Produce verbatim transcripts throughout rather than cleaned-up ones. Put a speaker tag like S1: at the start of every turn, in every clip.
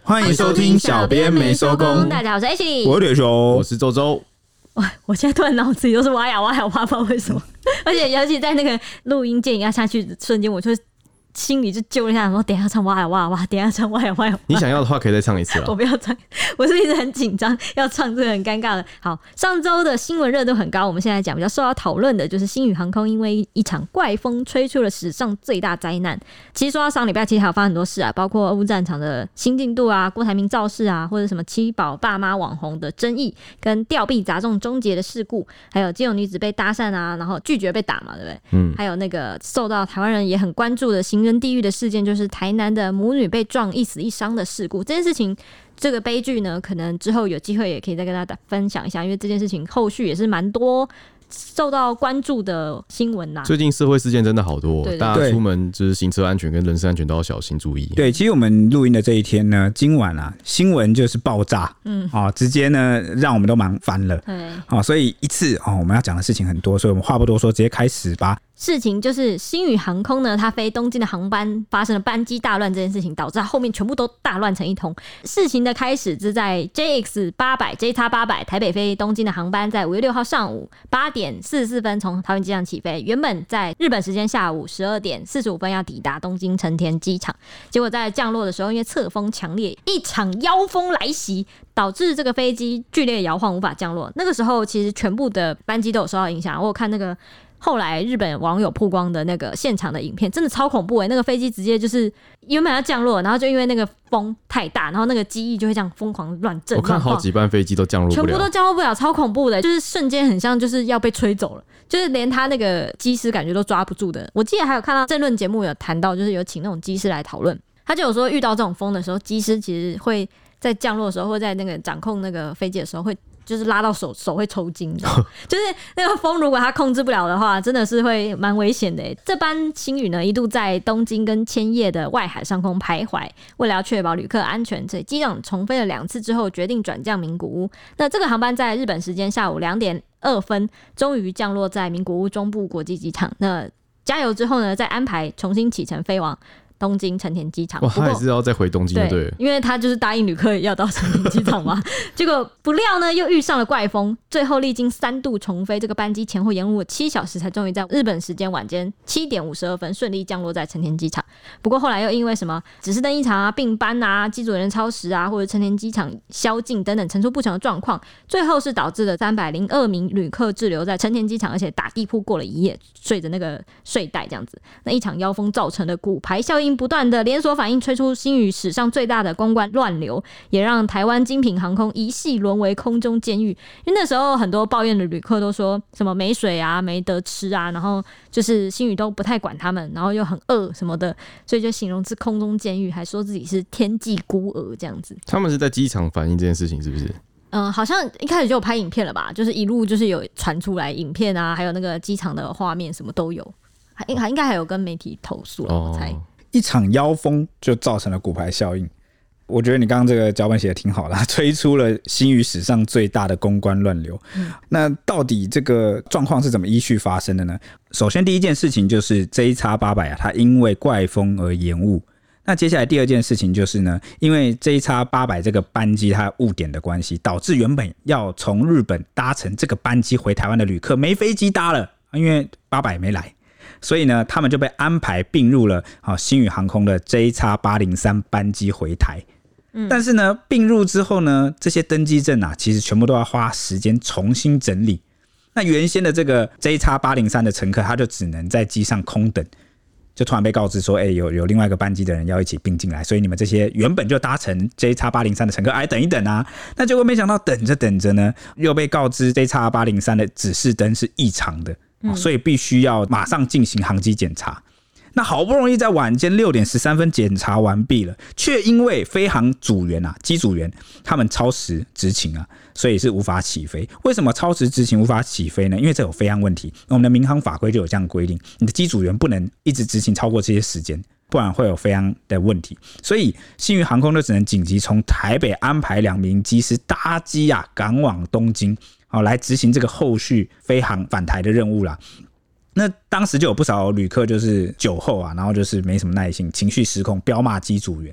S1: 欢迎收听小编没收工。
S2: 大家好，我是 H，
S1: 我是铁熊，
S3: 我是周周。
S2: 我现在突然脑子里都是挖呀挖呀挖，不知道为什么。而且尤其在那个录音键压下去的瞬间，我就心里就揪了一下，说等一下唱挖呀挖呀挖，等一下唱挖呀挖呀挖。
S3: 你想要的话，可以再唱一次啊。
S2: 我不要唱，我是一直很紧张，要唱这个很尴尬的。好，上周的新闻热度很高，我们现在讲比较受到讨论的就是星宇航空因为一场怪风吹出了史上最大灾难。其实说到上礼拜，其实还有发生很多事啊，包括俄乌战场的新进度啊，郭台铭造势啊，或者什么七宝爸妈网红的争议，跟吊臂砸中终结的事故，还有基隆女子被搭讪啊，然后拒绝被打嘛，对不对？嗯。还有那个受到台湾人也很关注的行人地狱的事件，就是台南的母女被撞一死一伤的事故。这件事情，这个悲剧呢，可能之后有机会也可以再跟大家分享一下，因为这件事情后续也是蛮多受到关注的新闻啦。
S3: 最近社会事件真的好多，
S2: 对对对，
S3: 大家出门就是行车安全跟人身安全都要小心注意。
S1: 对，其实我们录音的这一天呢，今晚啊，新闻就是爆炸，嗯，哦，直接呢让我们都忙翻了，对，哦，所以一次哦，我们要讲的事情很多，所以我们话不多说，直接开始吧。
S2: 事情就是星宇航空呢，它飞东京的航班发生了班机大乱这件事情，导致它后面全部都大乱成一通。事情的开始是在 J X 八百 J X 八百 台北飞东京的航班，在五月六号上午八点四十四分从桃园机场起飞，原本在日本时间下午十二点四十五分要抵达东京成田机场，结果在降落的时候，因为侧风强烈，一场妖风来袭，导致这个飞机剧烈摇晃，无法降落。那个时候其实全部的班机都有受到影响，我有看那个后来日本网友曝光的那个现场的影片，真的超恐怖哎、欸！那个飞机直接就是原本要降落，然后就因为那个风太大，然后那个机翼就会这样疯狂乱震。
S3: 我看好几班飞机都降落不了，
S2: 全部都降落不了，超恐怖的、欸，就是瞬间很像就是要被吹走了，就是连他那个机师感觉都抓不住的。我记得还有看到政论节目有谈到，就是有请那种机师来讨论，他就有说遇到这种风的时候，机师其实会在降落的时候，或在那个掌控那个飞机的时候会。就是拉到手手会抽筋，就是那个风如果它控制不了的话，真的是会蛮危险的。这班星宇呢一度在东京跟千叶的外海上空徘徊，为了要确保旅客安全，所以机长重飞了两次之后决定转降名古屋。那这个航班在日本时间下午两点二分终于降落在名古屋中部国际机场。那加油之后呢，再安排重新启程飞往东京成田机场。
S3: 哇，他还是要再回东京对了，
S2: 因为他就是答应旅客要到成田机场嘛。结果不料呢，又遇上了怪风，最后历经三度重飞，这个班机前后延误了七小时，才终于在日本时间晚间七点五十二分顺利降落在成田机场。不过后来又因为什么指示灯异常啊、并班啊、机组人超时啊，或者成田机场宵禁等等层出不穷的状况，最后是导致了三百零二名旅客滞留在成田机场，而且打地铺过了一夜，睡着那个睡袋这样子。那一场妖风造成的骨牌效应不断的连锁反应，吹出星宇史上最大的公关乱流，也让台湾精品航空一系沦为空中监狱。因为那时候很多抱怨的旅客都说什么没水啊、没得吃啊，然后就是星宇都不太管他们，然后又很饿什么的，所以就形容是空中监狱，还说自己是天际孤儿这样子。
S3: 他们是在机场反映这件事情是不是？
S2: 嗯，好像一开始就有拍影片了吧，就是一路就是有传出来影片啊，还有那个机场的画面什么都有，应应该还有跟媒体投诉了，我猜。
S1: 一场妖风就造成了骨牌效应，我觉得你刚刚这个脚本写的挺好的，吹出了星宇史上最大的公关乱流。嗯、那到底这个状况是怎么依序发生的呢？首先第一件事情就是 J X 八百 啊，它因为怪风而延误。那接下来第二件事情就是呢，因为 J X 八百 这个班机它误点的关系，导致原本要从日本搭乘这个班机回台湾的旅客没飞机搭了，因为八百没来。所以呢，他们就被安排并入了星宇航空的 J X 八零三 班机回台。嗯、但是呢，并入之后呢，这些登机证啊，其实全部都要花时间重新整理。那原先的这个 J X 八零三 的乘客，他就只能在机上空等，就突然被告知说，哎、欸，有有另外一个班机的人要一起并进来，所以你们这些原本就搭乘 J X 八零三 的乘客，哎，等一等啊。那结果没想到等着等着呢，又被告知 J X 八零三 的指示灯是异常的。所以必须要马上进行航机检查。那好不容易在晚间六点十三分检查完毕了，却因为飞航组员啊、机组员他们超时执勤啊，所以是无法起飞。为什么超时执勤无法起飞呢？因为这有飞安问题，我们的民航法规就有这样规定，你的机组员不能一直执勤超过这些时间，不然会有飞安的问题。所以星宇航空就只能紧急从台北安排两名机师搭机啊，赶往东京。好，来执行这个后续飞航返台的任务啦。那当时就有不少旅客就是酒后啊，然后就是没什么耐心，情绪失控，飙骂机组员。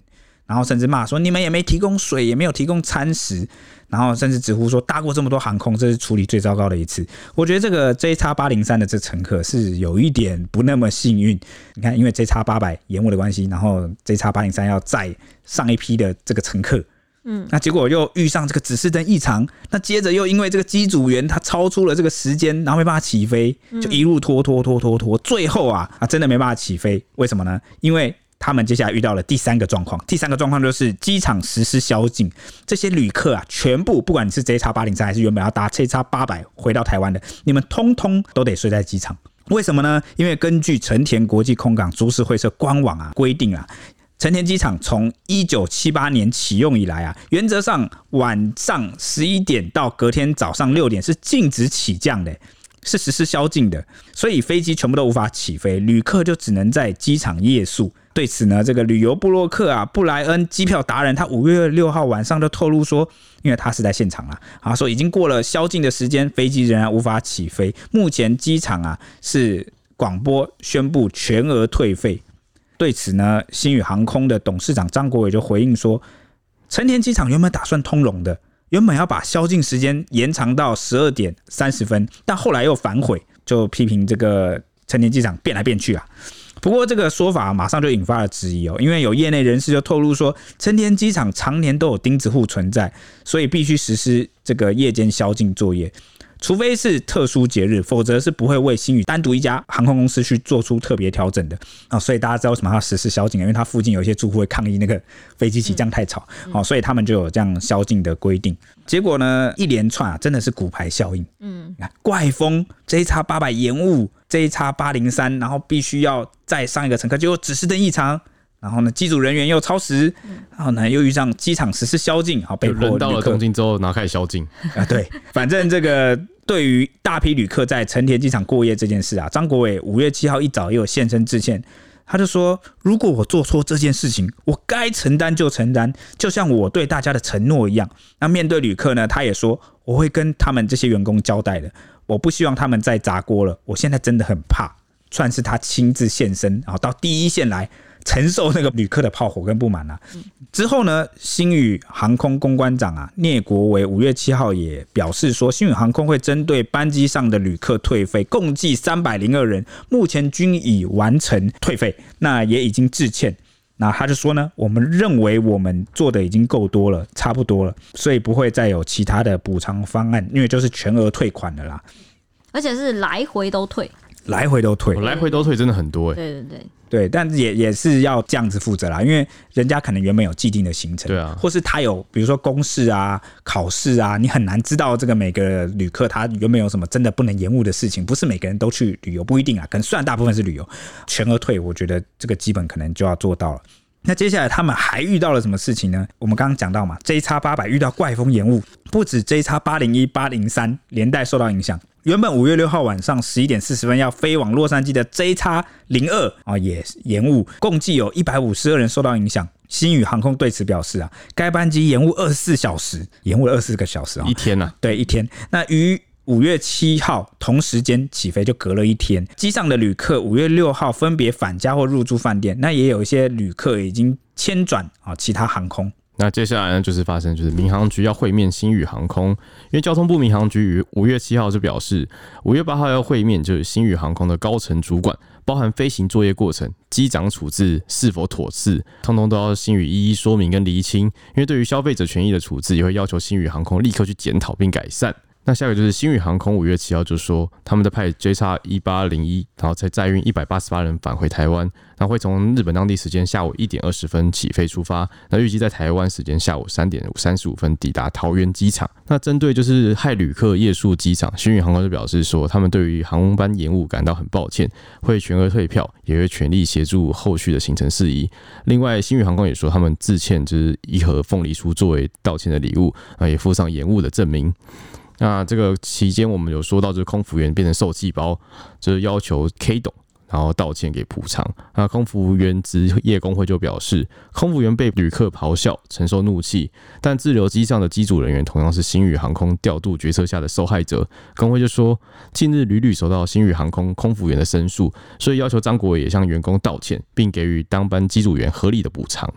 S1: 然后甚至骂说你们也没提供水，也没有提供餐食，然后甚至直呼说搭过这么多航空，这是处理最糟糕的一次。我觉得这个 J X 八零三 的这乘客是有一点不那么幸运。你看，因为 J X 八百 延误的关系，然后 J X 八零三 要载上一批的这个乘客。嗯，那结果又遇上这个指示灯异常，那接着又因为这个机组员他超出了这个时间，然后没办法起飞，就一路拖拖拖拖拖，最后啊啊真的没办法起飞。为什么呢？因为他们接下来遇到了第三个状况，第三个状况就是机场实施宵禁，这些旅客啊，全部不管你是 J X 八零三 还是原本要搭 J X 八百 回到台湾的，你们通通都得睡在机场。为什么呢？因为根据成田国际空港株式会社官网啊规定啊。成田机场从一九七八年启用以来啊，原则上晚上十一点到隔天早上六点是禁止起降的，是实施宵禁的，所以飞机全部都无法起飞，旅客就只能在机场夜宿。对此呢，这个旅游部落客啊，布莱恩机票达人，他五月六号晚上就透露说，因为他是在现场啦，他说已经过了宵禁的时间，飞机仍然无法起飞。目前机场啊是广播宣布全额退费。对此呢，星宇航空的董事长张国伟就回应说，成田机场原本打算通融的，原本要把宵禁时间延长到十二点三十分，但后来又反悔，就批评这个成田机场变来变去啊。不过这个说法马上就引发了质疑哦，因为有业内人士就透露说，成田机场常年都有钉子户存在，所以必须实施这个夜间宵禁作业。除非是特殊节日，否则是不会为星宇单独一家航空公司去做出特别调整的、哦、所以大家知道为什么要实施宵禁，因为它附近有一些住户会抗议那个飞机起降太吵、嗯哦、所以他们就有这样宵禁的规定。结果呢，一连串、啊、真的是骨牌效应。嗯，怪风 J X 八百 延误 J X 八零三，然后必须要再上一个乘客，结果指示灯异常。然后呢，机组人员又超时，然后呢又遇上机场实施宵禁，好被迫
S3: 人到了东京之后，然后开始宵禁
S1: 啊。对，反正这个对于大批旅客在成田机场过夜这件事啊，张国伟五月七号一早也有现身致歉，他就说：如果我做错这件事情，我该承担就承担，就像我对大家的承诺一样。那面对旅客呢，他也说我会跟他们这些员工交代的，我不希望他们再砸锅了。我现在真的很怕，算是他亲自现身，然后到第一线来。承受那个旅客的炮火跟不满啊。之后呢，星宇航空公关长啊聂国维五月七号也表示说，星宇航空会针对班机上的旅客退费，共计三百零二人，目前均已完成退费，那也已经致歉。那他就说呢，我们认为我们做的已经够多了，差不多了，所以不会再有其他的补偿方案，因为就是全额退款了啦，
S2: 而且是来回都退。
S1: 来回都退，
S3: 来回都退真的很多哎、欸。
S2: 对对对。
S1: 对，但也也是要这样子负责啦，因为人家可能原本有既定的行程，
S3: 对啊，
S1: 或是他有比如说公事啊、考试啊，你很难知道这个每个旅客他原本有什么真的不能延误的事情，不是每个人都去旅游，不一定啊，可能虽然大部分是旅游，全额退，我觉得这个基本可能就要做到了。那接下来他们还遇到了什么事情呢？我们刚刚讲到嘛 ，J X 八百 遇到怪风延误，不止 J X 八零一、八零三连带受到影响。原本五月六号晚上十一点四十分要飞往洛杉矶的 J X 零二、哦、也延误，共计有一百五十二人受到影响。星宇航空对此表示啊，该班机延误二十四小时，延误了二十四个小时、哦、
S3: 一天啊，
S1: 对，一天。那于五月七号同时间起飞，就隔了一天。机上的旅客五月六号分别返家或入住饭店，那也有一些旅客已经迁转其他航空。
S3: 那接下来呢，就是发生就是民航局要会面星宇航空，因为交通部民航局于五月七号就表示，五月八号要会面就是星宇航空的高层主管，包含飞行作业过程、机长处置是否妥适，通通都要星宇一一说明跟厘清。因为对于消费者权益的处置，也会要求星宇航空立刻去检讨并改善。那下一个就是星宇航空五月七号就说，他们在派 J X 一八零一，然后再载运一百八十八人返回台湾，然后会从日本当地时间下午一点二十分起飞出发，那预计在台湾时间下午三点三十五分抵达桃园机场。那针对就是害旅客夜宿机场，星宇航空就表示说，他们对于航空班延误感到很抱歉，会全额退票，也会全力协助后续的行程事宜。另外，星宇航空也说，他们致歉就是一盒凤梨酥作为道歉的礼物，也附上延误的证明。那这个期间，我们有说到，就是空服员变成受气包，就是要求 K 董然后道歉给补偿。那空服员职业工会就表示，空服员被旅客咆哮，承受怒气，但滞留机上的机组人员同样是星宇航空调度决策下的受害者。工会就说，近日屡屡收到星宇航空空服员的申诉，所以要求张国伟也向员工道歉，并给予当班机组员合理的补偿。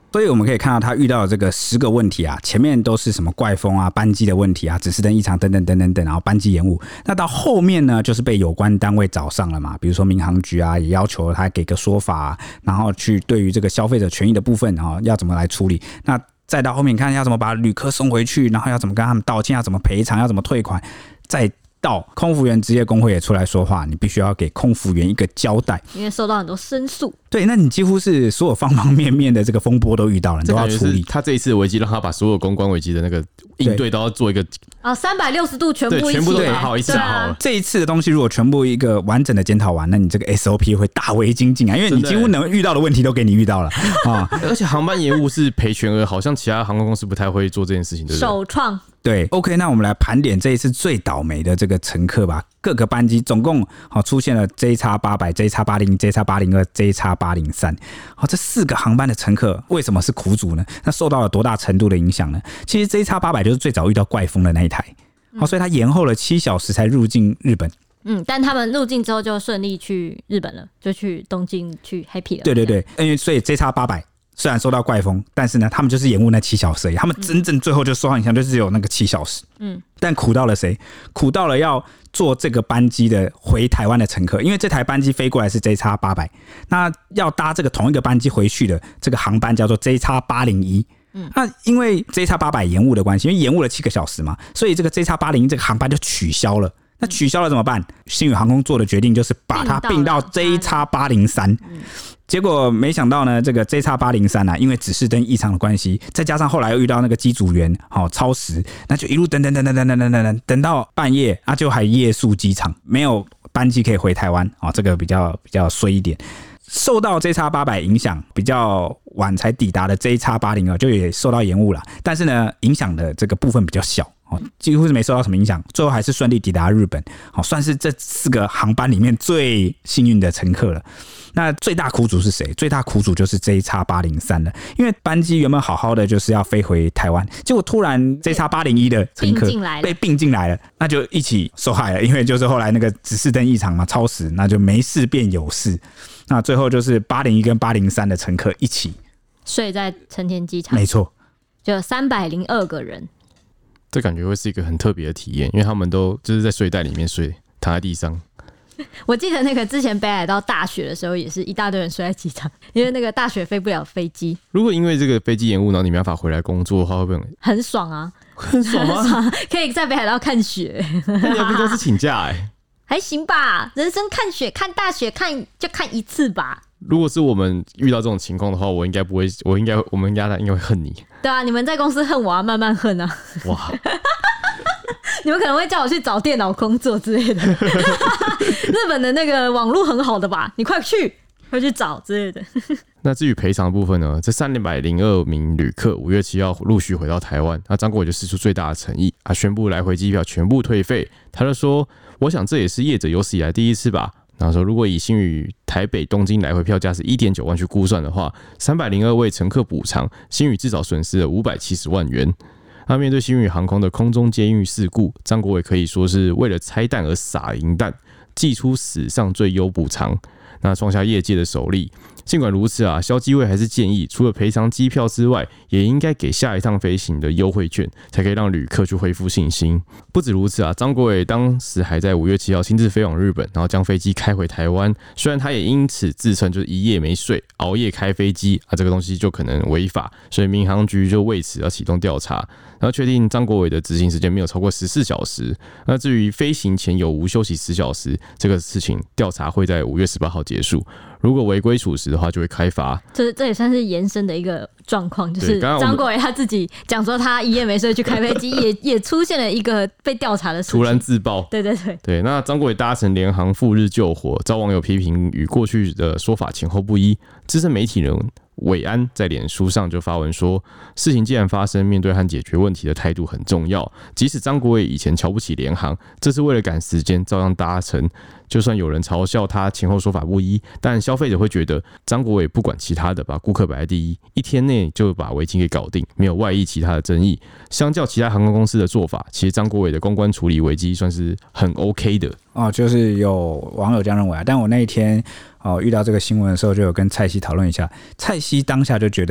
S1: 所以我们可以看到他遇到的这个十个问题啊，前面都是什么怪风啊、班机的问题啊、指示灯异常等等等等等，然后班机延误。那到后面呢，就是被有关单位找上了嘛，比如说民航局啊，也要求他给个说法、啊，然后去对于这个消费者权益的部分啊，要怎么来处理。那再到后面看要怎么把旅客送回去，然后要怎么跟他们道歉，要怎么赔偿，要怎么退款，再到空服员职业工会也出来说话，你必须要给空服员一个交代，
S2: 因为受到很多申诉。
S1: 对，那你几乎是所有方方面面的这个风波都遇到了，你都要处理。
S3: 他这一次的危机，让他把所有公关危机的那个应对都要做一个
S2: 啊，三百六十度全部一起，
S3: 全部都打好一次打好了。
S1: 这一次的东西如果全部一个完整的检讨完，那你这个 S O P 会大为精进啊，因为你几乎能遇到的问题都给你遇到了啊。
S3: 而且航班延误是赔全额，好像其他航空公司不太会做这件事情，对不对？
S2: 首创。
S1: 对 ，OK， 那我们来盘点这一次最倒霉的这个乘客吧。各个班机总共好出现了 J X 八百、J X 八零、J X 八零二、J X 八零三。好，这四个航班的乘客为什么是苦主呢？那受到了多大程度的影响呢？其实 J X 八百就是最早遇到怪风的那一台，好，所以它延后了七小时才入境日本。
S2: 嗯，但他们入境之后就顺利去日本了，就去东京去 happy 了。
S1: 对对对，因为所以 J X 八百。虽然收到怪风，但是呢，他们就是延误那七小时而已。他们真正最后就受到影响，就只有那个七小时。嗯，但苦到了谁？苦到了要坐这个班机的回台湾的乘客，因为这台班机飞过来是 J X 八百，那要搭这个同一个班机回去的这个航班叫做 J X 八零一。嗯，那因为 J X 八百延误的关系，因为延误了七个小时嘛，所以这个 J X 八零一这个航班就取消了。那取消了怎么办？星宇航空做的决定就是把它并到 J X 八零三。结果没想到呢，这个 J X 八零三啊，因为指示灯异常的关系，再加上后来又遇到那个机组员好、哦、超时，那就一路等等等等等等等等等等到半夜啊，就还夜宿机场，没有班机可以回台湾啊、哦，这个比较比较衰一点。受到 J X 八百影响比较晚才抵达的 J X 八零二就也受到延误了，但是呢，影响的这个部分比较小。几乎是没受到什么影响，最后还是顺利抵达日本，算是这四个航班里面最幸运的乘客了。那最大苦主是谁？最大苦主就是 J X 八零三了，因为班机原本好好的就是要飞回台湾，结果突然 J X 八零一的乘客被并进来了，那就一起受害了。因为就是后来那个指示灯异常嘛，超时，那就没事变有事。那最后就是八零一跟八零三的乘客一起
S2: 睡在成田机场，
S1: 没错，
S2: 就三百零二个人。
S3: 这感觉会是一个很特别的体验，因为他们都就是在睡袋里面睡，躺在地上。
S2: 我记得那个之前北海道大雪的时候，也是一大堆人睡在机场，因为那个大雪飞不了飞机。
S3: 如果因为这个飞机延误，然后你没办法回来工作的话，会不会
S2: 很爽啊？
S3: 很爽吗？
S2: 可以在北海道看雪。
S3: 那你要跟公司请假哎、欸，
S2: 还行吧？人生看雪、看大雪、看就看一次吧。
S3: 如果是我们遇到这种情况的话，我应该不会，我应该我们家应该会恨你。
S2: 对啊，你们在公司恨我啊，慢慢恨啊。哇！你们可能会叫我去找电脑工作之类的。日本的那个网络很好的吧？你快去，快去找之类的。
S3: 那至于赔偿的部分呢？这三百零二名旅客五月七号陆续回到台湾，那张国伟就释出最大的诚意，他宣布来回机票全部退费。他就说：“我想这也是业者有史以来第一次吧。”然后说，如果以星宇台北东京来回票价是 一点九万去估算的话，三百零二位乘客补偿，星宇至少损失了五百七十万元。那面对星宇航空的空中监狱事故，张国伟可以说是为了拆弹而撒银弹，祭出史上最优补偿，那创下业界的首例。尽管如此啊，消基会还是建议，除了赔偿机票之外，也应该给下一趟飞行的优惠券，才可以让旅客去恢复信心。不止如此啊，张国伟当时还在五月七号亲自飞往日本，然后将飞机开回台湾。虽然他也因此自称就是一夜没睡，熬夜开飞机啊，这个东西就可能违法，所以民航局就为此要启动调查，然后确定张国伟的执行时间没有超过十四小时。那至于飞行前有无休息十小时，这个事情调查会在五月十八号结束。如果违规处实的话，就会开罚。这
S2: 这也算是延伸的一个状况，就是张国伟他自己讲说他一夜没睡去开飞机，也也出现了一个被调查的事情，
S3: 突然自爆。
S2: 对对对
S3: 对，那张国伟搭乘联航赴日救火，遭网友批评与过去的说法前后不一。资深媒体人伟安在脸书上就发文说，事情既然发生，面对和解决问题的态度很重要。即使张国伟以前瞧不起联航，这次为了赶时间照样搭乘。就算有人嘲笑他前后说法不一，但消费者会觉得张国伟不管其他的，把顾客摆在第一，一天内就把危机给搞定，没有外溢其他的争议。相较其他航空公司的做法，其实张国伟的公关处理危机算是很 OK 的。
S1: 哦，就是有网友这样认为啊，但我那一天哦遇到这个新闻的时候，就有跟蔡西讨论一下。蔡西当下就觉得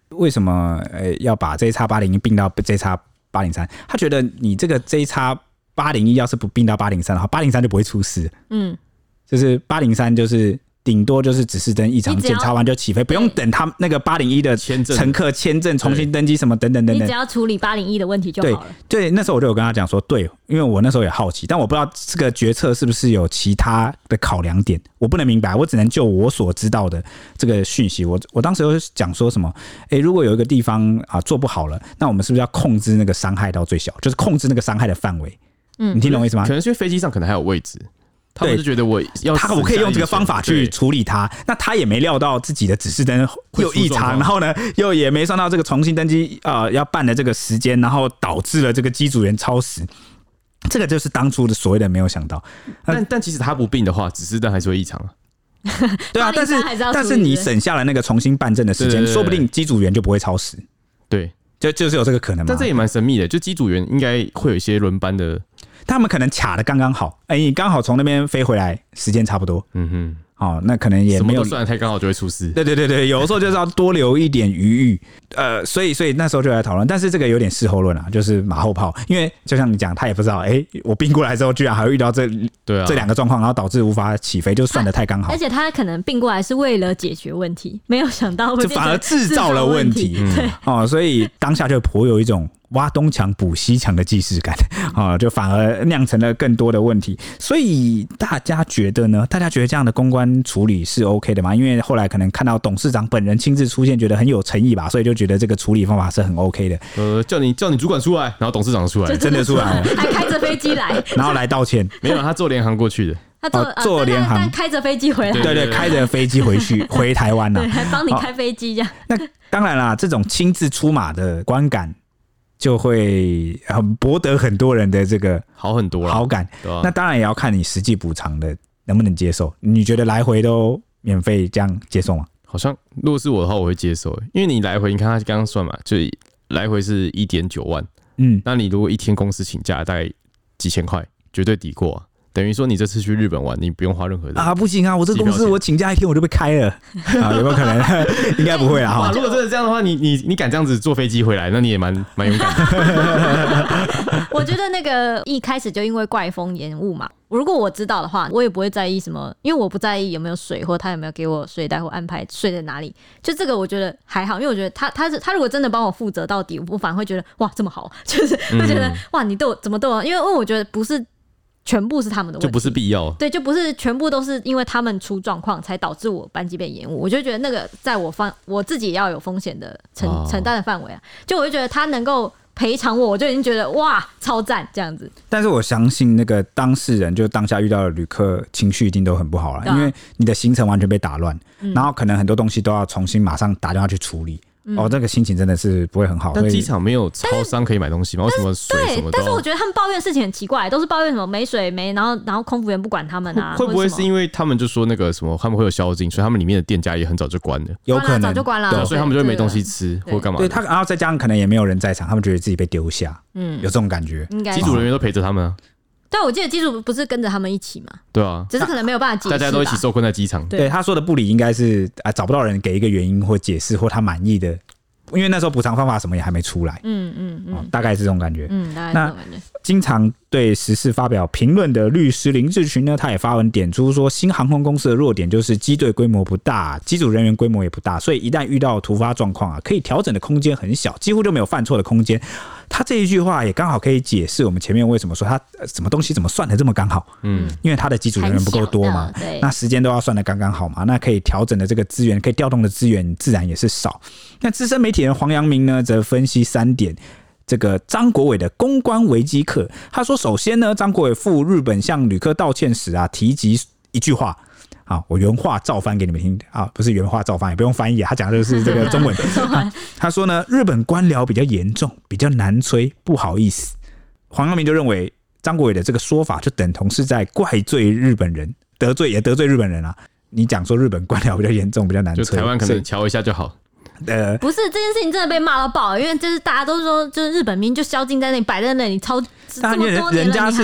S1: 为什么呃要把 J X 八零一并到 J X 八零三？他觉得你这个 J X 八零一要是不并到八零三的话，八零三就不会出事。嗯，就是八零三就是顶多就是指示灯异常检查完就起飞，不用等他那个八零一的乘客签证重新登机什么等等等等，
S2: 你只要处理八零一的问题就好了。
S1: 对，对，那时候我就有跟他讲说，对，因为我那时候也好奇，但我不知道这个决策是不是有其他的考量点，我不能明白，我只能就我所知道的这个讯息，我我当时有讲说什么，哎，如果有一个地方啊做不好了，那我们是不是要控制那个伤害到最小，就是控制那个伤害的范围？嗯，你听懂我意思吗？
S3: 可能是因为飞机上可能还有位置。他们就觉得我要
S1: 他我可以用这个方法去处理它，那他也没料到自己的指示灯又异常，然后呢又也没算到这个重新登机呃要办的这个时间，然后导致了这个机组员超时，这个就是当初的所谓的没有想到。
S3: 但但即使他不并的话，指示灯还是会异常啊。
S1: 对啊，但是但是你省下了那个重新办证的时间，说不定机组员就不会超时。
S3: 对，
S1: 就就是有这个可能嘛。
S3: 但这也蛮神秘的，就机组员应该会有一些轮班的。
S1: 他们可能卡的刚刚好，哎、欸，你刚好从那边飞回来，时间差不多，嗯哼，哦，那可能也没有
S3: 什么都算得太刚好就会出事。
S1: 对对对对，有的时候就是要多留一点余裕，呃，所以所以那时候就来讨论，但是这个有点事后论啊，就是马后炮，因为就像你讲，他也不知道，哎、欸，我并过来之后居然还会遇到这对、啊、这两个状况，然后导致无法起飞，就算得太刚好。
S2: 而且他可能并过来是为了解决问题，没有想到会
S1: 就反而制造了问题，
S2: 嗯、对，
S1: 哦，所以当下就颇有一种挖东墙补西墙的既视感啊，就反而酿成了更多的问题。所以大家觉得呢？大家觉得这样的公关处理是 OK 的吗？因为后来可能看到董事长本人亲自出现，觉得很有诚意吧，所以就觉得这个处理方法是很 OK 的。
S3: 呃，叫你叫你主管出来，然后董事长出来，
S1: 真的出来了，
S2: 还开着飞机来，
S1: 然后来道歉。
S3: 没有，他坐联航过去的。
S2: 他坐、
S1: 哦、坐联航，
S2: 开着飞机回来，
S1: 对 对, 对, 对，开着飞机回去回台湾了、啊，
S2: 对，还帮你开飞机这样。
S1: 那当然啦，这种亲自出马的观感。就会很博得很多人的这个
S3: 好很多
S1: 好感、
S3: 啊，
S1: 那当然也要看你实际补偿的能不能接受。你觉得来回都免费这样接受吗？
S3: 好像如果是我的话，我会接受，因为你来回，你看他刚刚算嘛，就来回是 一点九万，嗯，那你如果一天公司请假大概几千块，绝对抵过啊。等于说你这次去日本玩，你不用花任何的
S1: 啊，不行啊！我这公司我请假一天我就被开了啊，有没有可能？应该不会啦哈。
S3: 如果真的这样的话，你你你敢这样子坐飞机回来，那你也蛮蛮勇敢的。
S2: 我觉得那个一开始就因为怪风延误嘛，如果我知道的话，我也不会在意什么，因为我不在意有没有水，或他有没有给我睡袋或安排睡在哪里。就这个我觉得还好，因为我觉得他他是他如果真的帮我负责到底，我反而会觉得哇这么好，就是会觉得、嗯、哇你对我怎么对我，因为因为我觉得不是。全部是他们的问题，
S3: 就不是必要。
S2: 对，就不是全部都是因为他们出状况才导致我班机被延误。我就觉得那个在我方我自己也要有风险的承、哦、承担的范围啊。就我就觉得他能够赔偿我，我就已经觉得哇超赞这样子。
S1: 但是我相信那个当事人就当下遇到的旅客情绪一定都很不好了、啊，因为你的行程完全被打乱、嗯，然后可能很多东西都要重新马上打电话去处理。嗯、哦，这个心情真的是不会很好。
S3: 但机场没有超商可以买东西吗？为什么水什么的？
S2: 但是我觉得他们抱怨事情很奇怪，都是抱怨什么没水没，然后然后空服员不管他们啊。
S3: 会不会是因为他们就说那个什么他们会有宵禁，所以他们里面的店家也很早就关了？
S1: 有可能
S2: 早就关了，
S3: 对，所以他们就会没东西吃或干嘛？
S1: 对他，然后再加上可能也没有人在场，他们觉得自己被丢下，嗯，有这种感觉。
S3: 机组人员都陪着他们啊。
S2: 对，我记得机组不是跟着他们一起嘛？
S3: 对啊，
S2: 只是可能没有办法解释，大
S3: 家都一起受困在机场。
S1: 对，他说的不理应该是啊找不到人给一个原因或解释或他满意的，因为那时候补偿方法什么也还没出来。嗯嗯嗯、哦，大概是这种感觉。
S2: 嗯，大概是这种感觉。
S1: 经常对时事发表评论的律师林志群呢，他也发文点出说，新航空公司的弱点就是机队规模不大，机组人员规模也不大，所以一旦遇到突发状况啊，可以调整的空间很小，几乎就没有犯错的空间。他这一句话也刚好可以解释我们前面为什么说他什么东西怎么算的这么刚好，嗯，因为他的机组人员不够多嘛，那时间都要算的刚刚好嘛，那可以调整的这个资源，可以调动的资源自然也是少。那资深媒体人黄阳明呢，则分析三点。这个张国伟的公关危机课，他说：首先呢，张国伟赴日本向旅客道歉时啊，提及一句话。啊，我原话照翻给你们听啊，不是原话照翻，也不用翻译，他讲的是这个中文。啊、他说呢，日本官僚比较严重，比较难催，不好意思。黄阳明就认为张国伟的这个说法就等同是在怪罪日本人，得罪也得罪日本人啊。你讲说日本官僚比较严重，比较难催，
S3: 就台湾可能瞧一下就好。
S2: 呃，不是这件事情真的被骂到爆，因为就是大家都说，就是日本民就宵禁在那里摆在那里超这么多年了，
S1: 人家是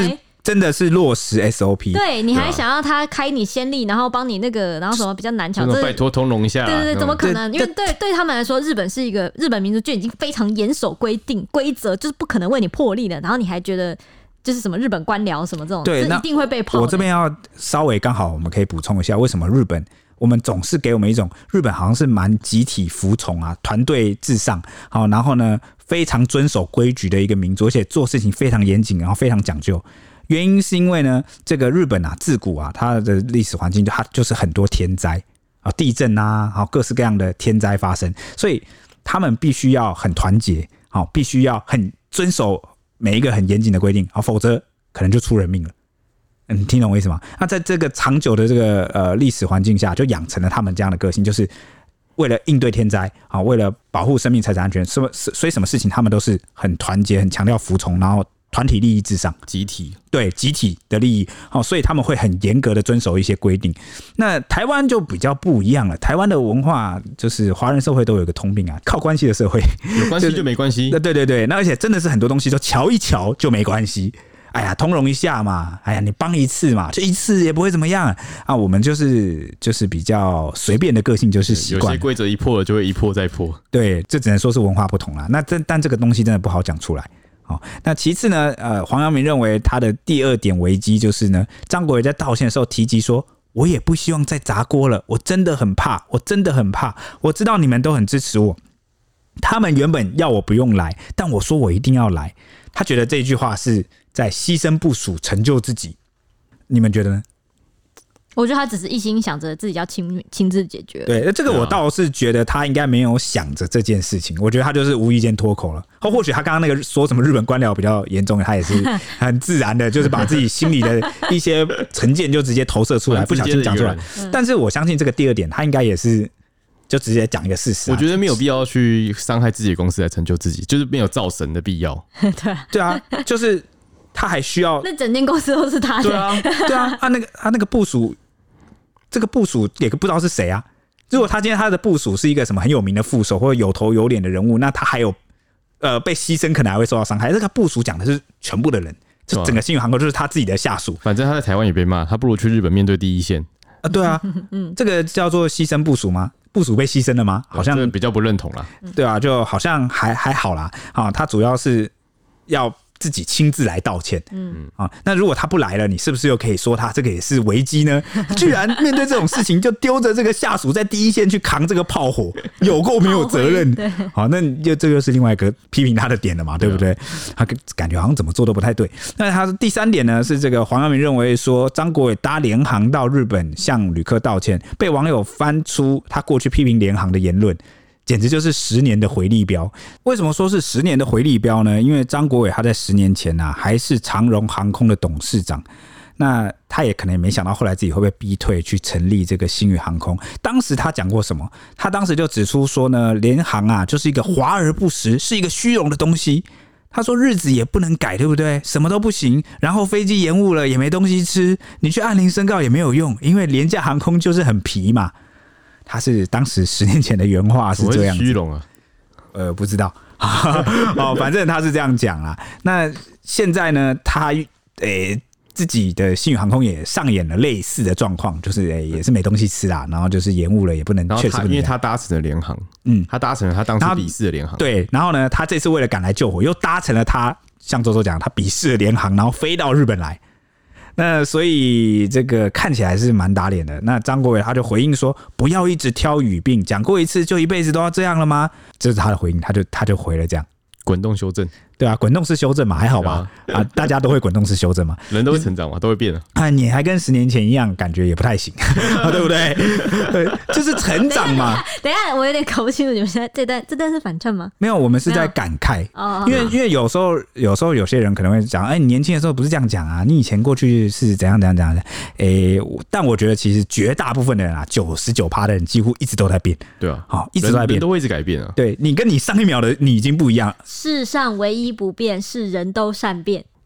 S1: 真的是落实 S O P。
S2: 对，你还想要他开你先例，然后帮你那个，然后什么比较难瞧，
S3: 拜托通融一下。
S2: 对对对，怎么可能？因为对对他们来说，日本是一个日本民族就已经非常严守规定规则，就是不可能为你破例的。然后你还觉得就是什么日本官僚什么这种，对，是一定会被泡。
S1: 我这边要稍微刚好我们可以补充一下，为什么日本我们总是给我们一种日本好像是蛮集体服从啊，团队至上，好，然后呢非常遵守规矩的一个民族，而且做事情非常严谨，然后非常讲究。原因是因为呢，这个日本啊，自古啊，它的历史环境它就是很多天灾啊，地震啊，各式各样的天灾发生，所以他们必须要很团结，好，必须要很遵守每一个很严谨的规定，否则可能就出人命了。嗯，听懂我意思吗？那在这个长久的这个呃历史环境下，就养成了他们这样的个性，就是为了应对天灾啊，为了保护生命财产安全，什么所以什么事情他们都是很团结，很强调服从，然后团体利益至上，
S3: 集体
S1: 对集体的利益，所以他们会很严格的遵守一些规定。那台湾就比较不一样了，台湾的文化就是华人社会都有一个通病啊，靠关系的社会，
S3: 有关系就没关系。
S1: 对对对，那而且真的是很多东西都瞧一瞧就没关系。哎呀，通融一下嘛，哎呀，你帮一次嘛，就一次也不会怎么样啊。我们就是就是比较随便的个性，就是习惯。
S3: 有些规则一破了就会一破再破。
S1: 对，这只能说是文化不同啦。那这但这个东西真的不好讲出来。好，那其次呢，呃，黄阳明认为他的第二点危机就是呢，张国煒在道歉的时候提及说，我也不希望再砸锅了，我真的很怕，我真的很怕，我知道你们都很支持我，他们原本要我不用来，但我说我一定要来。他觉得这句话是在牺牲部属，成就自己。你们觉得呢？
S2: 我觉得他只是一心想着自己要亲亲自解决。
S1: 对，这个我倒是觉得他应该没有想着这件事情，我觉得他就是无意间脱口了。或许他刚刚那个说什么日本官僚比较严重，他也是很自然的，就是把自己心里的一些成见就直接投射出来，不小心讲出来。但是我相信这个第二点，他应该也是就直接讲一个事实、啊。
S3: 我觉得没有必要去伤害自己的公司来成就自己，就是没有造神的必要。
S2: 对
S1: 对啊，就是他还需要
S2: 那整间公司都是他的。
S1: 对啊，对啊，他那个他那个部属。这个部属也不知道是谁啊。如果他今天他的部属是一个什么很有名的副手或者有头有脸的人物，那他还有呃被牺牲，可能还会受到伤害。这个部属讲的是全部的人，就整个星宇航空就是他自己的下属。
S3: 反正他在台湾也被骂，他不如去日本面对第一线
S1: 啊。对啊，这个叫做牺牲部属吗？部属被牺牲了吗？好像、
S3: 这个、比较不认同啦。
S1: 对啊，就好像还还好啦。啊，他主要是要自己亲自来道歉，嗯啊，那如果他不来了，你是不是又可以说他这个也是危机呢？居然面对这种事情就丢着这个下属在第一线去扛这个炮火，有够没有责任。好，那就这就是另外一个批评他的点了嘛，对不对？他感觉好像怎么做都不太对。那他第三点呢，是这个黄阳明认为说，张国煒搭联航到日本向旅客道歉，被网友翻出他过去批评联航的言论。简直就是十年的回力标。为什么说是十年的回力标呢？因为张国煒他在十年前啊，还是长荣航空的董事长，那他也可能也没想到后来自己会被逼退去成立这个星宇航空。当时他讲过什么？他当时就指出说呢，联航啊就是一个华而不实，是一个虚荣的东西。他说日子也不能改，对不对？什么都不行，然后飞机延误了也没东西吃，你去按铃申告也没有用，因为廉价航空就是很皮嘛。他是当时十年前的原话是这样子，
S3: 虚荣啊，
S1: 呃，不知道哦，反正他是这样讲啦。那现在呢，他诶、欸、自己的星宇航空也上演了类似的状况，就是诶、欸、也是没东西吃啦，然后就是延误了，也不能确实不能，
S3: 因为他搭乘了联航，嗯，他搭乘了他当时比试的联航，
S1: 对，然后呢，他这次为了赶来救火，又搭乘了他像周周讲，他比试的联航，然后飞到日本来。那所以这个看起来是蛮打脸的。那张国煒他就回应说：“不要一直挑语病，讲过一次就一辈子都要这样了吗？”这是他的回应，他就他就回了这样。
S3: 滚动修正，
S1: 对啊，滚动式修正嘛，还好吧？啊, 啊，大家都会滚动式修正嘛，
S3: 人都会成长嘛，都会变的。
S1: 啊，你还跟十年前一样，感觉也不太行，啊、对不对？对，就是成长嘛。
S2: 等一下，我有点搞不清楚，你们现在这段这段是反串吗？
S1: 没有，我们是在感慨，
S2: 哦、
S1: 因为因为有时候有时候有些人可能会讲，哎，你年轻的时候不是这样讲啊，你以前过去是怎样怎样怎样的，哎，但我觉得其实绝大部分的人啊，九十九趴的人几乎一直都在变，
S3: 对啊，
S1: 好、哦，一直都在变，
S3: 人都会一直改变啊。
S1: 对你跟你上一秒的你已经不一样了。
S2: 世上唯一不变是人都善变。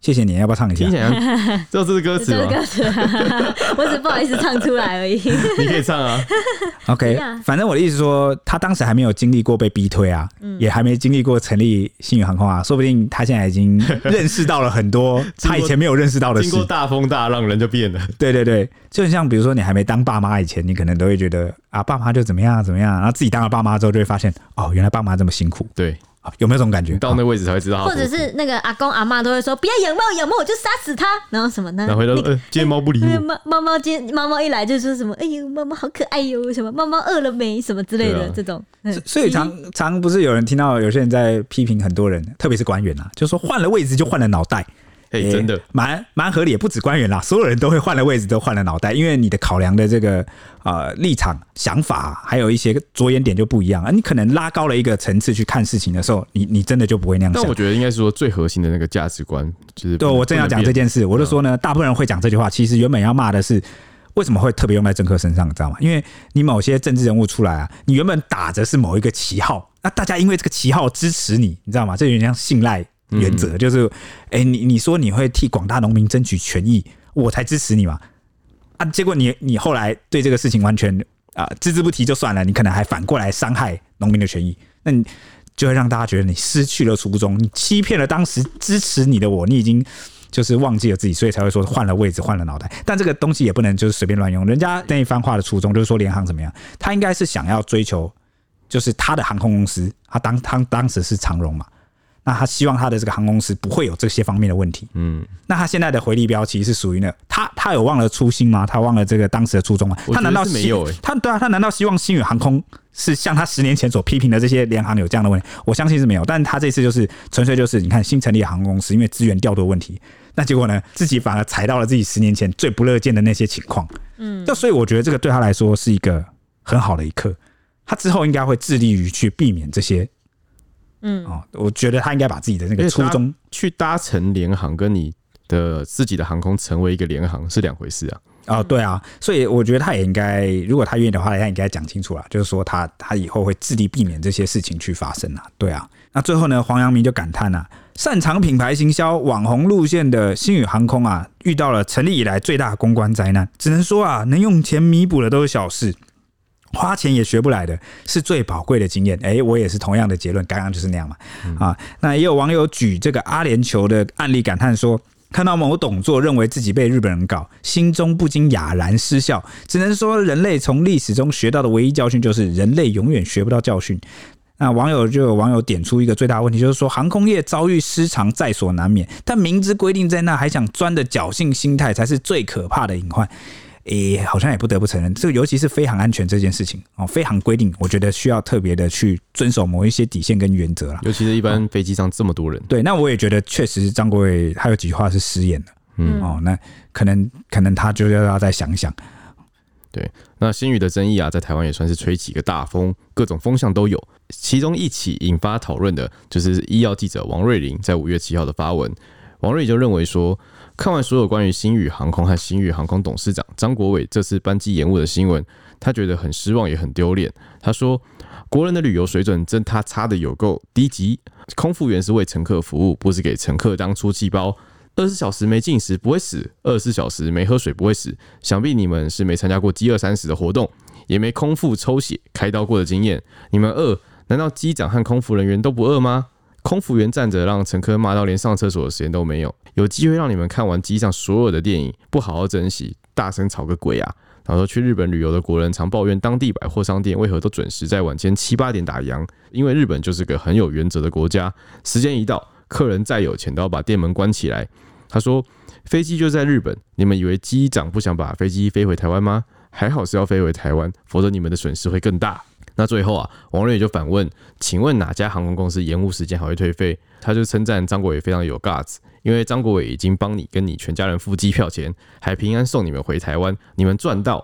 S1: 谢谢你，要不要唱一下？
S3: 听起来像知道这是歌词吗？
S2: 这是歌词，我只不好意思唱出来而已。
S3: 你可以唱啊。
S1: OK， 反正我的意思说，他当时还没有经历过被逼推啊，嗯、也还没经历过成立星宇航空啊，说不定他现在已经认识到了很多他以前没有认识到的事。
S3: 经过大风大浪，人就变了。
S1: 对对对，就很像比如说你还没当爸妈以前，你可能都会觉得啊，爸妈就怎么样怎么样，然后自己当了爸妈之后，就会发现哦，原来爸妈这么辛苦。
S3: 对。
S1: 有没有这种感觉？
S3: 你到那位置才会知道，
S2: 或者是那个阿公阿嬷都会说不要养猫，养猫我就杀死它，然后什么呢？
S3: 然后回到、呃、今天猫不理我，
S2: 猫猫猫今天猫猫一来就说什么，哎呦猫猫好可爱哟，什么猫猫饿了没，什么之类的、啊、这种。
S1: 所以常常不是有人听到有些人在批评很多人，特别是官员啊，就说换了位置就换了脑袋。
S3: 哎、欸，真的
S1: 蛮蛮合理，也不止官员啦，所有人都会换了位置，都换了脑袋，因为你的考量的这个呃立场、想法，还有一些着眼点就不一样啊。你可能拉高了一个层次去看事情的时候，你你真的就不会那样想。
S3: 但我觉得应该是说最核心的那个价值观，就是
S1: 对我正要讲这件事，我就说呢，大部分人会讲这句话，其实原本要骂的是为什么会特别用在政客身上，你知道吗？因为你某些政治人物出来啊，你原本打着是某一个旗号，那大家因为这个旗号支持你，你知道吗？这有点像信赖原则、嗯、就是，哎、欸，你你说你会替广大农民争取权益，我才支持你嘛。啊，结果你你后来对这个事情完全啊只字不提就算了，你可能还反过来伤害农民的权益，那你就会让大家觉得你失去了初衷，你欺骗了当时支持你的我，你已经就是忘记了自己，所以才会说换了位置换了脑袋。但这个东西也不能就是随便乱用，人家那一番话的初衷就是说联航怎么样，他应该是想要追求，就是他的航空公司，他当他当时是长荣嘛。那他希望他的这个航空公司不会有这些方面的问题。嗯，那他现在的回力标其实是属于呢，他他有忘了初心吗？他忘了这个当时的初衷吗？他难道
S3: 没有、欸？
S1: 他对啊，他难道希望星宇航空是像他十年前所批评的这些联航有这样的问题？我相信是没有。但他这次就是纯粹就是你看新成立的航空公司，因为资源调度的问题，那结果呢，自己反而踩到了自己十年前最不乐见的那些情况。嗯，那所以我觉得这个对他来说是一个很好的一课。他之后应该会致力于去避免这些。嗯、哦，我觉得他应该把自己的那个初衷
S3: 去搭乘联航，跟你的自己的航空成为一个联航是两回事啊。
S1: 哦，对啊，所以我觉得他也应该，如果他愿意的话，他应该讲清楚啦，就是说他他以后会致力避免这些事情去发生啊。对啊，那最后呢，黄阳明就感叹啊，擅长品牌行销、网红路线的星宇航空啊，遇到了成立以来最大的公关灾难，只能说啊，能用钱弥补的都是小事。花钱也学不来的是最宝贵的经验。哎、欸，我也是同样的结论，刚刚就是那样嘛。嗯、啊，那也有网友举这个阿联酋的案例感叹说，看到某董座认为自己被日本人搞，心中不禁哑然失笑。只能说，人类从历史中学到的唯一教训就是人类永远学不到教训。那网友就有网友点出一个最大的问题，就是说航空业遭遇失常在所难免，但明知规定在那还想钻的侥幸心态才是最可怕的隐患。诶、欸，好像也不得不承认，这个尤其是飞航安全这件事情哦，飞航规定，我觉得需要特别的去遵守某一些底线跟原则啦。
S3: 尤其是一般飞机上这么多人，
S1: 对，那我也觉得确实张国伟他有几句话是失言的，嗯，哦，那可能可能他就要再想一想。
S3: 对，那星宇的争议啊，在台湾也算是吹起一个大风，各种风向都有。其中一起引发讨论的，就是医药记者王瑞麟在五月七号的发文。王瑞麟就认为说，看完所有关于星宇航空和星宇航空董事长张国伟这次班机延误的新闻，他觉得很失望也很丢脸。他说，国人的旅游水准真他差的有够低级，空服员是为乘客服务，不是给乘客当出气包。二十四小时没进食不会死，二十四小时没喝水不会死。想必你们是没参加过饥饿三十的活动，也没空腹抽血开刀过的经验。你们饿，难道机长和空服人员都不饿吗？空服员站着让乘客骂到连上厕所的时间都没有，有机会让你们看完机上所有的电影，不好好珍惜，大声吵个鬼啊！然后去日本旅游的国人常抱怨当地百货商店为何都准时在晚间七八点打烊，因为日本就是个很有原则的国家，时间一到，客人再有钱都要把店门关起来。他说，飞机就在日本，你们以为机长不想把飞机飞回台湾吗？还好是要飞回台湾，否则你们的损失会更大。那最后啊，王瑞麟就反问，请问哪家航空公司延误时间还会退费？他就称赞张国伟非常有 guts， 因为张国伟已经帮你跟你全家人付机票钱，还平安送你们回台湾，你们赚到。不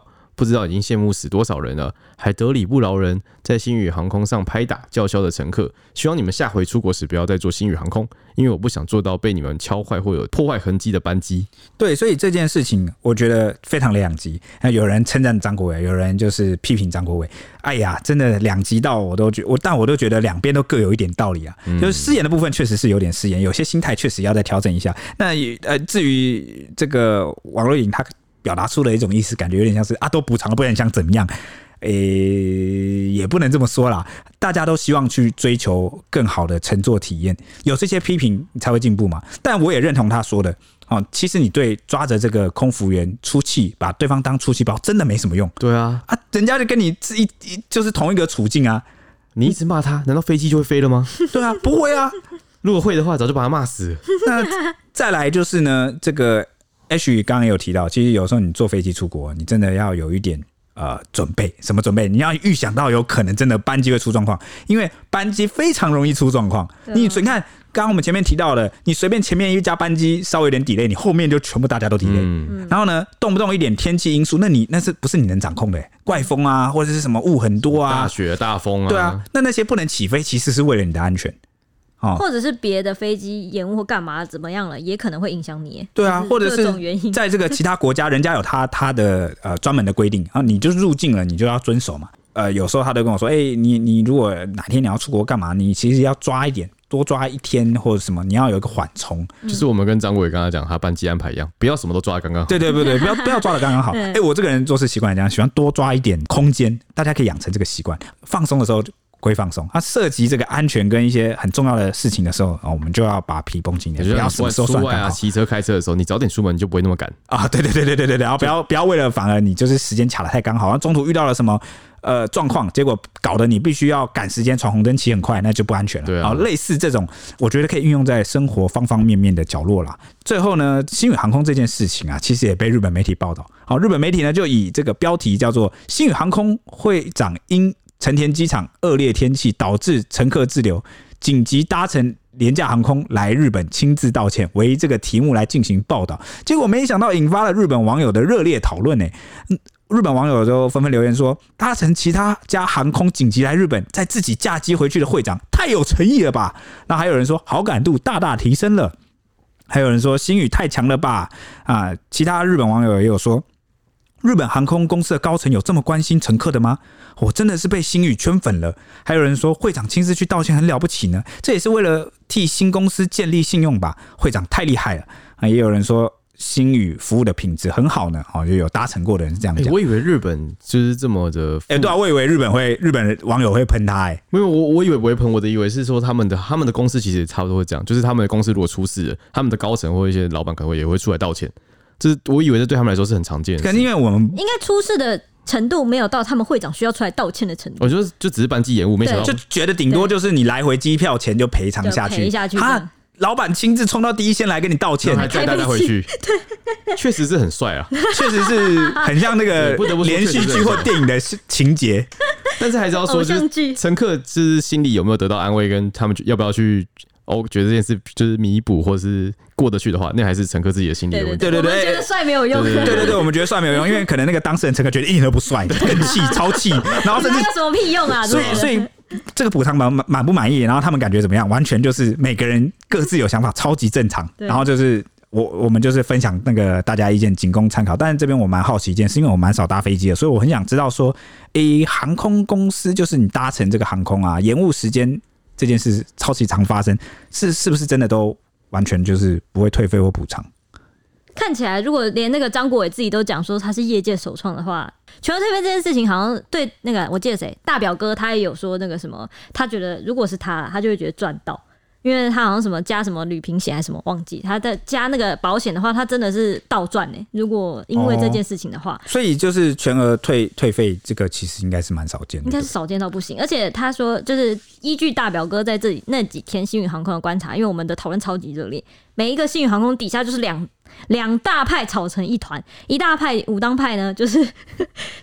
S3: 不知道已经羡慕死多少人了，还得理不饶人，在星宇航空上拍打叫嚣的乘客，希望你们下回出国时不要再坐星宇航空，因为我不想做到被你们敲坏或有破坏痕迹的班机。
S1: 对，所以这件事情我觉得非常两极，有人称赞张国伟，有人就是批评张国伟。哎呀，真的两极到我都觉我，但我都觉得两边都各有一点道理啊。嗯、就是失言的部分确实是有点失言，有些心态确实要再调整一下。那呃，至于这个王若琳，他表达出了一种意思，感觉有点像是啊，都补偿了，不然想怎么样？诶，也不能这么说啦。大家都希望去追求更好的乘坐体验，有这些批评你才会进步嘛。但我也认同他说的。哦，其实你对抓着这个空服员出气，把对方当出气包，真的没什么用。
S3: 对啊，
S1: 啊，人家就跟你一就是同一个处境啊。
S3: 你一直骂他，难道飞机就会飞了吗？
S1: 对啊，不会啊。
S3: 如果会的话，早就把他骂死了。
S1: 那再来就是呢，这个 H 刚刚也有提到，其实有时候你坐飞机出国，你真的要有一点呃准备。什么准备？你要预想到有可能真的班机会出状况，因为班机非常容易出状况。你你看。刚刚我们前面提到的，你随便前面一架班机稍微有点 delay， 你后面就全部大家都 delay、嗯。然后呢，动不动一点天气因素，那你那是不是你能掌控的、欸？怪风啊，或者是什么雾很多啊，
S3: 大雪大风啊，
S1: 对啊，那那些不能起飞，其实是为了你的安全。
S2: 哦、或者是别的飞机延误或干嘛怎么样了，也可能会影响你。
S1: 对啊，或者是在这个其他国家，人家有他他的呃专门的规定，然后你就入境了，你就要遵守嘛。呃，有时候他都跟我说，哎、欸，你你如果哪天你要出国干嘛，你其实要抓一点。多抓一天或者什么，你要有一个缓冲，
S3: 就是我们跟张国伟刚才讲他班机安排一样，不要什么都抓得刚刚好。
S1: 对对对对，不要不要抓得刚刚好。哎、欸，我这个人做事习惯这样，喜欢多抓一点空间，大家可以养成这个习惯。放松的时候归放松，它涉及这个安全跟一些很重要的事情的时候，我们就要把皮绷紧点，不要什么时候算刚好。
S3: 骑车开车的时候，你早点出门，你就不会那么赶
S1: 啊！对对对对对对，然后不要不要为了反而你就是时间卡得太刚好，然后中途遇到了什么。呃，状况结果搞得你必须要赶时间闯红灯骑很快，那就不安全了。
S3: 对啊，
S1: 类似这种，我觉得可以运用在生活方方面面的角落啦。最后呢，星宇航空这件事情啊，其实也被日本媒体报道。好，日本媒体呢就以这个标题叫做“星宇航空会长因成田机场恶劣天气导致乘客滞留，紧急搭乘廉价航空来日本亲自道歉”为这个题目来进行报道。结果没想到引发了日本网友的热烈讨论呢。日本网友就纷纷留言说，搭乘其他家航空紧急来日本，再自己驾机回去的会长太有诚意了吧？那还有人说好感度大大提升了，还有人说星宇太强了吧？啊，其他日本网友也有说，日本航空公司的高层有这么关心乘客的吗？我真的是被星宇圈粉了。还有人说会长亲自去道歉很了不起呢，这也是为了替新公司建立信用吧？会长太厉害了。啊，也有人说。星宇服务的品质很好呢，哦，就有搭乘过的人是这样讲、欸。
S3: 我以为日本就是这么的，
S1: 哎、欸，对啊，我以为日本会日本网友会喷他、欸，哎，
S3: 没有，我我以为不会喷，我的以为是说他们的他们的公司其实也差不多会这样，就是他们的公司如果出事了，他们的高层或一些老板可能会也会出来道歉，这是我以为这对他们来说是很常见的。
S1: 可是因为我们
S2: 应该出事的程度没有到他们会长需要出来道歉的程度，
S3: 我觉得就只是班机延误，没想到
S1: 就觉得顶多就是你来回机票钱就赔偿下去，
S2: 赔下去。
S1: 老板亲自冲到第一线来跟你道歉，
S3: 还载大家回去，对，确实是很帅啊，
S1: 确实是很像那个连续剧或电影的情节。
S3: 但是还是要说，就是乘客就是心里有没有得到安慰，跟他们要不要去哦，觉得这件事就是弥补或是过得去的话，那还是乘客自己的心理的问题。
S2: 对对对，我们觉得帅没有用。
S1: 对对对，我们觉得帅没有用，因为可能那个当事人乘客觉得一点都不帅，更气，超气，然后甚至
S2: 有什么屁用啊？
S1: 所以所以。这个补偿满满不满意？然后他们感觉怎么样？完全就是每个人各自有想法，超级正常。然后就是我我们就是分享那个大家意见，仅供参考。但是这边我蛮好奇一件事，因为我蛮少搭飞机的，所以我很想知道说，诶，航空公司就是你搭乘这个航空啊，延误时间这件事超级常发生，是是不是真的都完全就是不会退费或补偿？
S2: 看起来，如果连那个张国伟自己都讲说他是业界首创的话，全额退费这件事情好像对那个我记得谁大表哥他也有说那个什么，他觉得如果是他，他就会觉得赚到，因为他好像什么加什么旅平险还是什么忘记，他在加那个保险的话，他真的是倒赚呢。如果因为这件事情的话，
S1: 哦、所以就是全额退退费，这个其实应该是蛮少见的，
S2: 应该是少见到不行。而且他说，就是依据大表哥在这里那几天星宇航空的观察，因为我们的讨论超级热烈，每一个星宇航空底下就是两。两大派吵成一团，一大派武当派呢，就是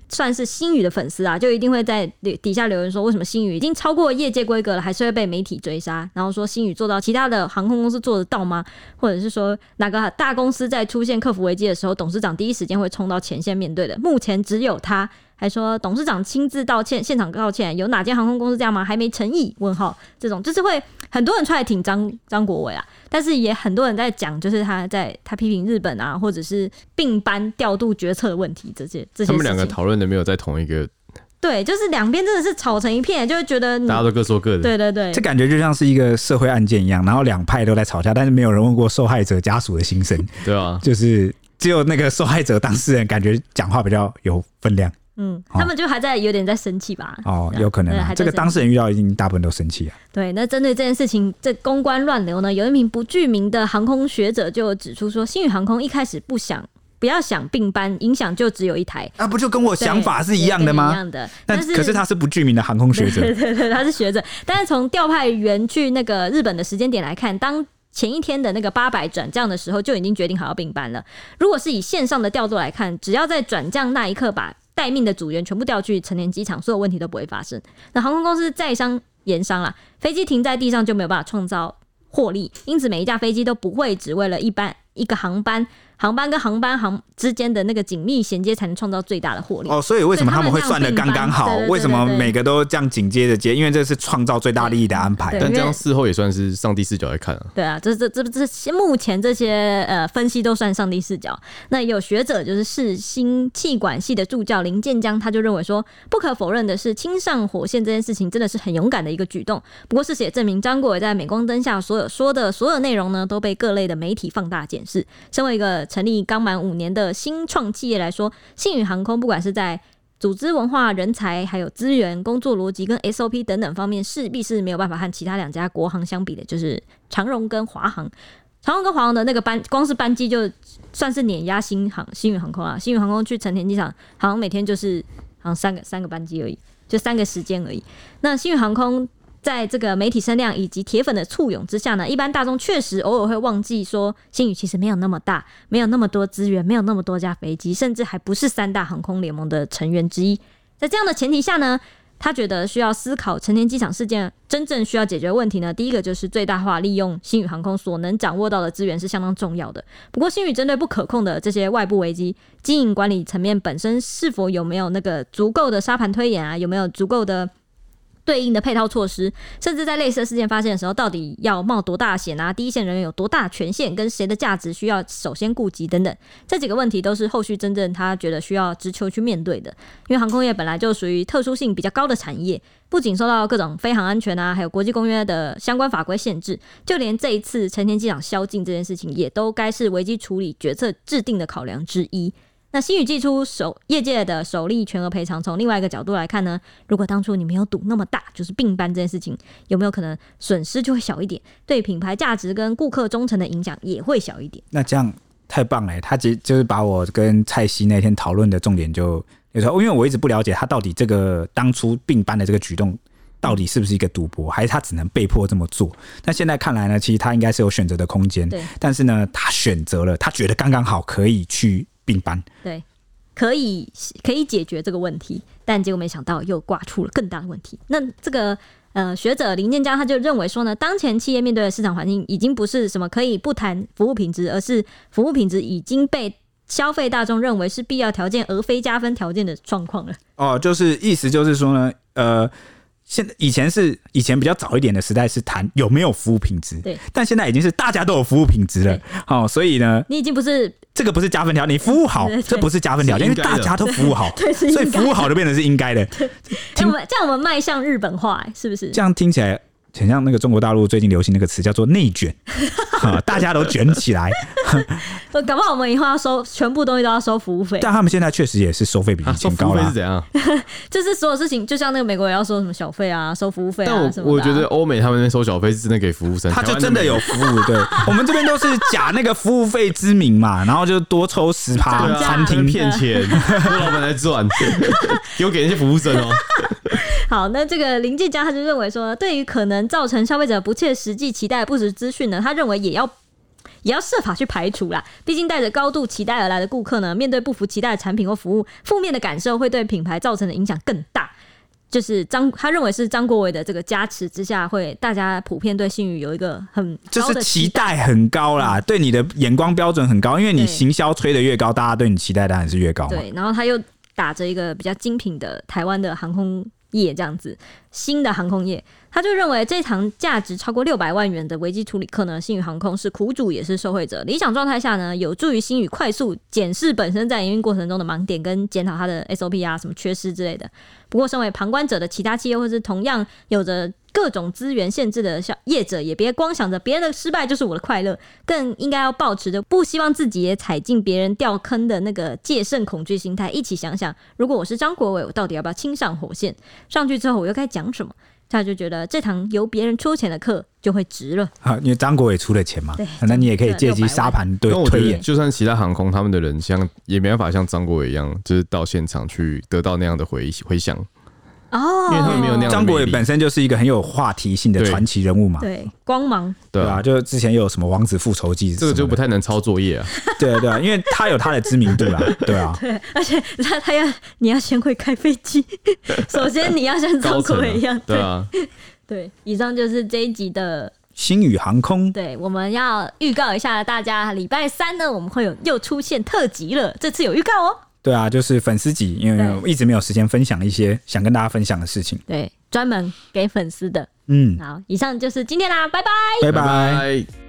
S2: 算是星宇的粉丝啊，就一定会在底下留言说，为什么星宇已经超过业界规格了，还是会被媒体追杀？然后说星宇做到其他的航空公司做得到吗？或者是说哪个大公司在出现客服危机的时候，董事长第一时间会冲到前线面对的？目前只有他。还说董事长亲自道歉，现场道歉，有哪间航空公司这样吗？还没诚意？问号，这种就是会很多人出来挺张张国伟啦，但是也很多人在讲，就是他在他批评日本啊，或者是并班调度决策的问题，这些这些事情。
S3: 他们两个讨论的没有在同一个。
S2: 对，就是两边真的是吵成一片，就会觉得
S3: 大家都各说各的。
S2: 对对对，
S1: 这感觉就像是一个社会案件一样，然后两派都在吵架，但是没有人问过受害者家属的心声。
S3: 对啊，
S1: 就是只有那个受害者当事人感觉讲话比较有分量。
S2: 嗯，他们就还在有点在生气吧？
S1: 哦，有可能啊。这个当事人遇到一定大部分都生气啊。
S2: 对，那针对这件事情，这公关乱流呢，有一名不具名的航空学者就指出说，星宇航空一开始不想。不要想并班，影响就只有一台，
S1: 啊，不就跟我想法是一样的吗？
S2: 一样的，
S1: 但是可是他是不具名的航空学者，
S2: 对对对，他是学者。但是从调派员去那个日本的时间点来看，当前一天的那个八百转降的时候，就已经决定好要并班了。如果是以线上的调度来看，只要在转降那一刻把待命的组员全部调去成田机场，所有问题都不会发生。那航空公司在商言商啦，飞机停在地上就没有办法创造获利，因此每一架飞机都不会只为了一班一个航班。航班跟航班航之间的那个紧密衔接才能创造最大的获利
S1: 哦，所以为什么他们会算得刚刚好？为什么每个都这样紧接着接？因为这是创造最大利益的安排。
S3: 但这样事后也算是上帝视角来看啊。
S2: 对啊，这这这这些目前这些呃分析都算上帝视角。那有学者就是世新气管系的助教林建江，他就认为说，不可否认的是，亲上火线这件事情真的是很勇敢的一个举动。不过事实也证明，张国伟在镁光灯下所有说的所有内容呢，都被各类的媒体放大检视。身为一个成立刚满五年的新创企业来说，星宇航空不管是在组织文化、人才、还有资源、工作逻辑跟 S O P 等等方面，势必是没有办法和其他两家国航相比的，就是长荣跟华航。长荣跟华航的那个班，光是班机就算是碾压新航星宇航空啦。星宇航空去成田机场，好像每天就是好像三个三个班机而已，就三个时间而已。那星宇航空在这个媒体声量以及铁粉的簇拥之下呢，一般大众确实偶尔会忘记说，星宇其实没有那么大，没有那么多资源，没有那么多架飞机，甚至还不是三大航空联盟的成员之一。在这样的前提下呢，他觉得需要思考成田机场事件真正需要解决的问题呢，第一个就是最大化利用星宇航空所能掌握到的资源是相当重要的。不过星宇针对不可控的这些外部危机，经营管理层面本身是否有没有那个足够的沙盘推演啊，有没有足够的对应的配套措施，甚至在类似的事件发现的时候，到底要冒多大的险啊？第一线人员有多大权限，跟谁的价值需要首先顾及等等，这几个问题都是后续真正他觉得需要直球去面对的。因为航空业本来就属于特殊性比较高的产业，不仅受到各种飞航安全啊，还有国际公约的相关法规限制，就连这一次成田机场宵禁这件事情，也都该是危机处理决策制定的考量之一。那星宇祭出首业界的首例全额赔偿，从另外一个角度来看呢，如果当初你没有赌那么大，就是并班这件事情，有没有可能损失就会小一点，对品牌价值跟顾客忠诚的影响也会小一点？
S1: 那这样太棒了，他就是把我跟蔡西那天讨论的重点就，因为我一直不了解他到底这个当初并班的这个举动到底是不是一个赌博，还是他只能被迫这么做？但现在看来呢，其实他应该是有选择的空间，但是呢，他选择了，他觉得刚刚好可以去并班，
S2: 对，可以可以解决这个问题，但结果没想到又挂出了更大的问题。那这个呃学者林建江他就认为说呢，当前企业面对的市场环境已经不是什么可以不谈服务品质，而是服务品质已经被消费大众认为是必要条件而非加分条件的状况了。哦，
S1: 就是意思就是说呢，呃。现在以前是以前比较早一点的时代是谈有没有服务品质，
S2: 对，
S1: 但现在已经是大家都有服务品质了，哦，所以呢，
S2: 你已经不是
S1: 这个不是加分条件，你服务好，对对对，这不是加分条件，因为大家都服务好，
S2: 对，
S1: 所以服务好就变成是应该的。
S2: 这样我们迈向日本化，是不是？
S1: 这样听起来很像那个中国大陆最近流行那个词叫做内卷，大家都卷起来。
S2: 搞不好我们以后要收全部东西都要收服务费，
S1: 但他们现在确实也是收费比以前高了。
S3: 啊、收服务费是怎样？
S2: 就是所有事情，就像那个美国也要收什么小费啊，收服务费啊。
S3: 但我
S2: 什么的啊，
S3: 我觉得欧美他们那边收小费是真的给服务生，
S1: 他就真的有服务。对，我们这边都是假那个服务费之名嘛，然后就多抽十趴，餐厅
S3: 骗钱，让老板来赚，给我给那些服务生哦。
S2: 好，那这个林建江他就认为说，对于可能造成消费者不切实际期待的不实资讯呢，他认为也要也要设法去排除啦。毕竟带着高度期待而来的顾客呢，面对不符期待的产品或服务，负面的感受会对品牌造成的影响更大。就是张他认为是张国伟的这个加持之下，会大家普遍对星宇有一个很高的
S1: 期待，就是期待很高啦、嗯，对你的眼光标准很高，因为你行销吹得越高，大家对你期待当然是越高嘛。
S2: 对，然后他又打着一个比较精品的台湾的航空业这样子，新的航空业，他就认为这堂价值超过六百万元的危机处理课呢，星宇航空是苦主也是受惠者。理想状态下呢，有助于星宇快速检视本身在营运过程中的盲点，跟检讨它的 S O P 啊、什么缺失之类的。不过，身为旁观者的其他企业，或是同样有着各种资源限制的业者，也别光想着别人的失败就是我的快乐，更应该要抱持着不希望自己也踩进别人掉坑的那个戒慎恐惧心态，一起想想，如果我是张国伟，我到底要不要亲上火线？上去之后，我又该讲什么？他就觉得这堂由别人出钱的课就会值了。
S1: 好，因为张国伟出了钱嘛，那你也可以借机沙盘对推演。
S3: 就算其他航空他们的人像也没办法像张国伟一样，就是到现场去得到那样的回回响。
S2: 哦，
S3: 因为他们没有那样的魅力。
S1: 张国伟本身就是一个很有话题性的传奇人物嘛，
S2: 对，光芒，
S1: 对啊，就之前又有什么王子复仇记，
S3: 这个就不太能抄作业啊。
S1: 对啊，对啊，因为他有他的知名度啦，对啊，
S2: 对，而且他他要你要先会开飞机，首先你要像张国伟一样，
S3: 啊对啊，
S2: 对。以上就是这一集的
S1: 星宇航空。
S2: 对，我们要预告一下大家，礼拜三呢，我们会有又出现特辑了，这次有预告哦。
S1: 对啊，就是粉丝集，因为我一直没有时间分享一些想跟大家分享的事情。
S2: 对，专门给粉丝的。
S1: 嗯，
S2: 好，以上就是今天啦，拜拜，
S1: 拜拜。
S3: 拜拜。